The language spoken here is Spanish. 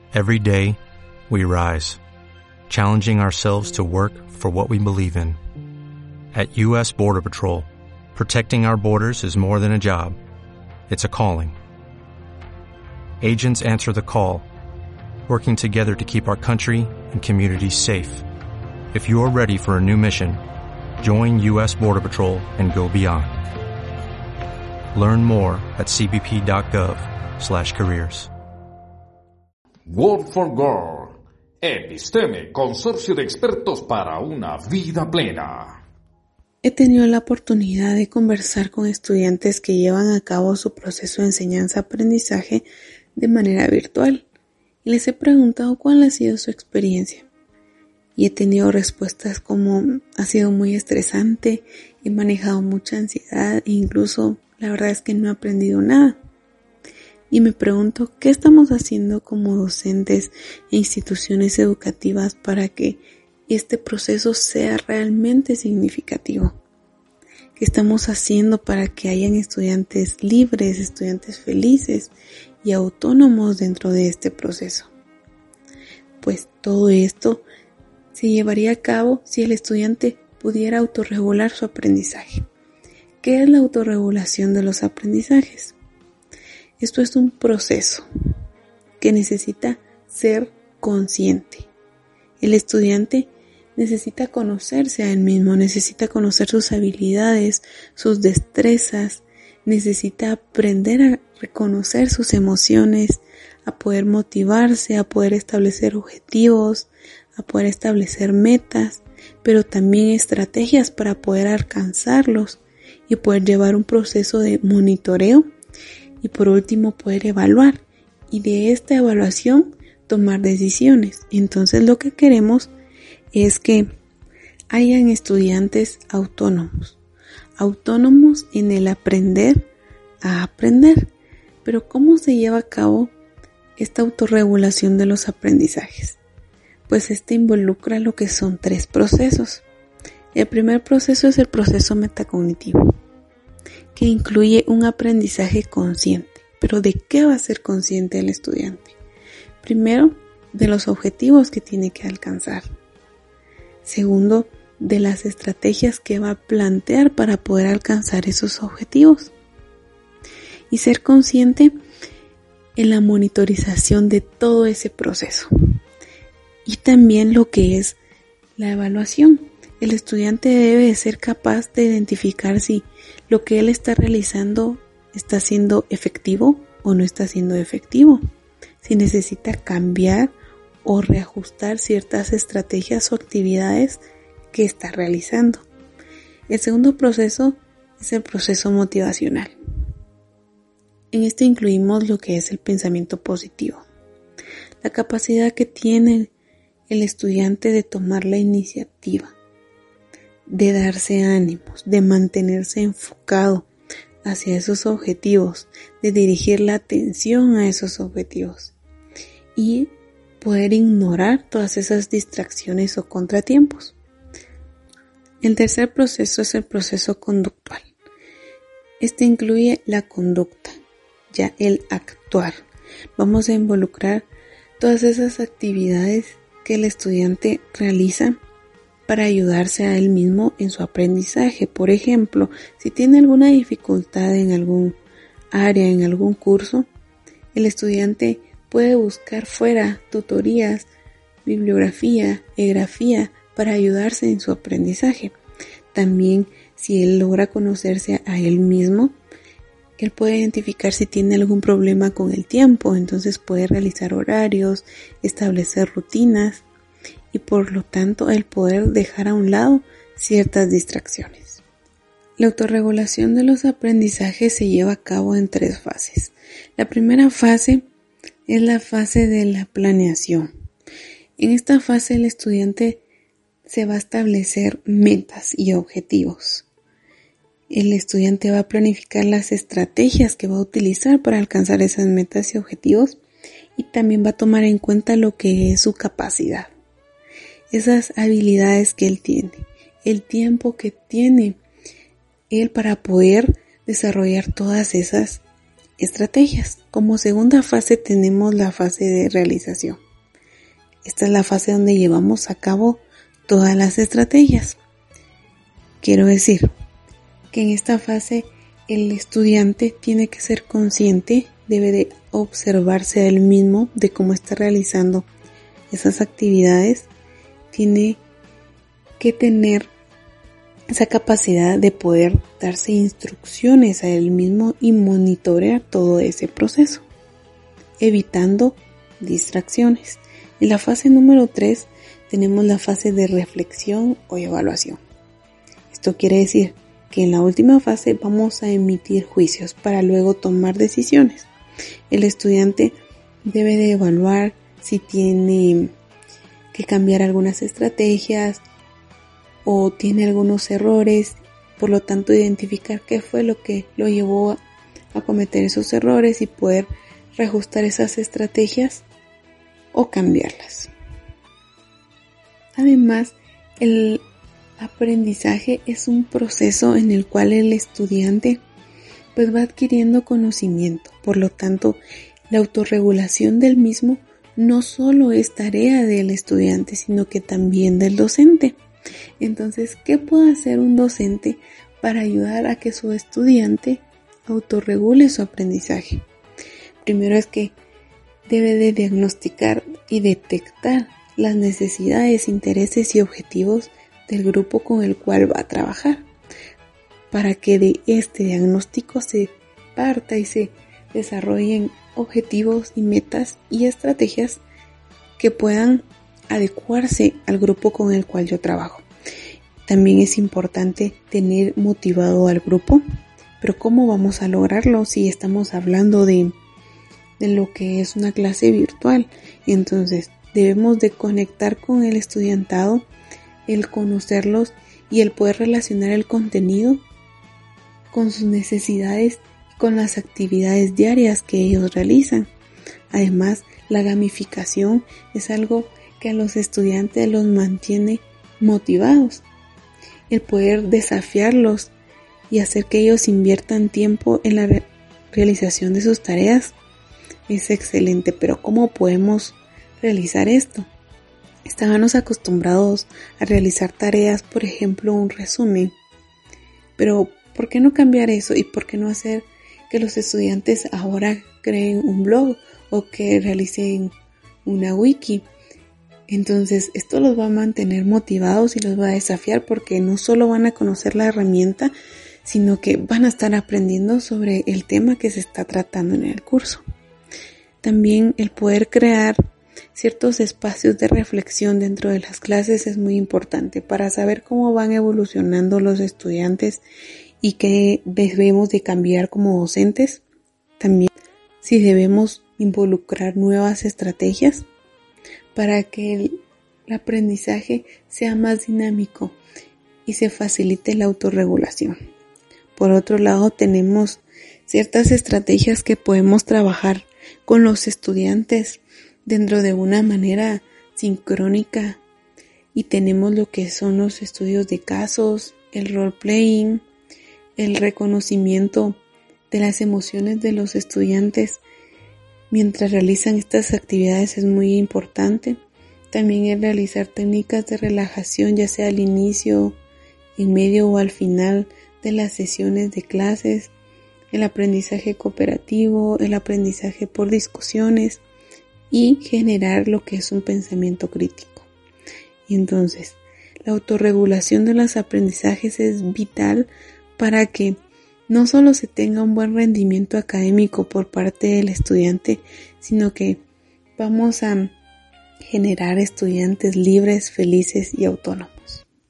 Every day, we rise, challenging ourselves to work for what we believe in. At U.S. Border Patrol, protecting our borders is more than a job. It's a calling. Agents answer the call, working together to keep our country and communities safe. If you are ready for a new mission, join U.S. Border Patrol and go beyond. Learn more at cbp.gov/careers. Word for Girl. Episteme, consorcio de expertos para una vida plena. He tenido la oportunidad de conversar con estudiantes que llevan a cabo su proceso de enseñanza-aprendizaje de manera virtual y les he preguntado cuál ha sido su experiencia. Y he tenido respuestas como: ha sido muy estresante, he manejado mucha ansiedad e incluso la verdad es que no he aprendido nada. Y me pregunto, ¿qué estamos haciendo como docentes e instituciones educativas para que este proceso sea realmente significativo? ¿Qué estamos haciendo para que hayan estudiantes libres, estudiantes felices y autónomos dentro de este proceso? Pues todo esto se llevaría a cabo si el estudiante pudiera autorregular su aprendizaje. ¿Qué es la autorregulación de los aprendizajes? Esto es un proceso que necesita ser consciente. El estudiante necesita conocerse a él mismo, necesita conocer sus habilidades, sus destrezas, necesita aprender a reconocer sus emociones, a poder motivarse, a poder establecer objetivos, a poder establecer metas, pero también estrategias para poder alcanzarlos y poder llevar un proceso de monitoreo y por último poder evaluar y de esta evaluación tomar decisiones. Entonces lo que queremos es que hayan estudiantes autónomos en el aprender a aprender. Pero ¿cómo se lleva a cabo esta autorregulación de los aprendizajes? Pues este involucra lo que son 3 procesos. El primer proceso es el proceso metacognitivo, que incluye un aprendizaje consciente. ¿Pero de qué va a ser consciente el estudiante? Primero, de los objetivos que tiene que alcanzar. Segundo, de las estrategias que va a plantear para poder alcanzar esos objetivos. Y ser consciente en la monitorización de todo ese proceso. Y también lo que es la evaluación. El estudiante debe ser capaz de identificar si lo que él está realizando está siendo efectivo o no está siendo efectivo. Si necesita cambiar o reajustar ciertas estrategias o actividades que está realizando. El segundo proceso es el proceso motivacional. En este incluimos lo que es el pensamiento positivo, la capacidad que tiene el estudiante de tomar la iniciativa, de darse ánimos, de mantenerse enfocado hacia esos objetivos, de dirigir la atención a esos objetivos y poder ignorar todas esas distracciones o contratiempos. El tercer proceso es el proceso conductual. Este incluye la conducta, ya el actuar. Vamos a involucrar todas esas actividades que el estudiante realiza para ayudarse a él mismo en su aprendizaje. Por ejemplo, si tiene alguna dificultad en algún área, en algún curso, el estudiante puede buscar fuera tutorías, bibliografía, grafía para ayudarse en su aprendizaje. También, si él logra conocerse a él mismo, él puede identificar si tiene algún problema con el tiempo, entonces puede realizar horarios, establecer rutinas y por lo tanto el poder dejar a un lado ciertas distracciones. La autorregulación de los aprendizajes se lleva a cabo en 3 fases. La primera fase es la fase de la planeación. En esta fase el estudiante se va a establecer metas y objetivos. El estudiante va a planificar las estrategias que va a utilizar para alcanzar esas metas y objetivos y también va a tomar en cuenta lo que es su capacidad, esas habilidades que él tiene, el tiempo que tiene él para poder desarrollar todas esas estrategias. Como segunda fase tenemos la fase de realización. Esta es la fase donde llevamos a cabo todas las estrategias. Quiero decir que en esta fase el estudiante tiene que ser consciente, debe de observarse a él mismo de cómo está realizando esas actividades, tiene que tener esa capacidad de poder darse instrucciones a él mismo y monitorear todo ese proceso, evitando distracciones. En la fase número 3 tenemos la fase de reflexión o evaluación. Esto quiere decir que en la última fase vamos a emitir juicios para luego tomar decisiones. El estudiante debe de evaluar si tiene que cambiar algunas estrategias o tiene algunos errores, por lo tanto identificar qué fue lo que lo llevó a cometer esos errores y poder reajustar esas estrategias o cambiarlas. Además, el aprendizaje es un proceso en el cual el estudiante pues va adquiriendo conocimiento, por lo tanto la autorregulación del mismo no solo es tarea del estudiante, sino que también del docente. Entonces, ¿qué puede hacer un docente para ayudar a que su estudiante autorregule su aprendizaje? Primero es que debe de diagnosticar y detectar las necesidades, intereses y objetivos del grupo con el cual va a trabajar, para que de este diagnóstico se parta y se desarrollen objetivos y metas y estrategias que puedan adecuarse al grupo con el cual yo trabajo. También es importante tener motivado al grupo, pero ¿cómo vamos a lograrlo si estamos hablando de lo que es una clase virtual? Entonces debemos de conectar con el estudiantado, el conocerlos y el poder relacionar el contenido con sus necesidades y con las actividades diarias que ellos realizan. Además, la gamificación es algo que a los estudiantes los mantiene motivados. El poder desafiarlos y hacer que ellos inviertan tiempo en la realización de sus tareas es excelente, pero ¿cómo podemos realizar esto? Estábamos acostumbrados a realizar tareas, por ejemplo, un resumen, pero ¿por qué no cambiar eso? ¿Y por qué no hacer que los estudiantes ahora creen un blog o que realicen una wiki? Entonces esto los va a mantener motivados y los va a desafiar, porque no solo van a conocer la herramienta, sino que van a estar aprendiendo sobre el tema que se está tratando en el curso. También el poder crear ciertos espacios de reflexión dentro de las clases es muy importante para saber cómo van evolucionando los estudiantes y qué debemos de cambiar como docentes. También si debemos involucrar nuevas estrategias para que el aprendizaje sea más dinámico y se facilite la autorregulación. Por otro lado, tenemos ciertas estrategias que podemos trabajar con los estudiantes dentro de una manera sincrónica, y tenemos lo que son los estudios de casos, el role playing, el reconocimiento de las emociones de los estudiantes mientras realizan estas actividades es muy importante. También el realizar técnicas de relajación, ya sea al inicio, en medio o al final de las sesiones de clases, el aprendizaje cooperativo, el aprendizaje por discusiones y generar lo que es un pensamiento crítico. Y entonces, la autorregulación de los aprendizajes es vital para que no solo se tenga un buen rendimiento académico por parte del estudiante, sino que vamos a generar estudiantes libres, felices y autónomos.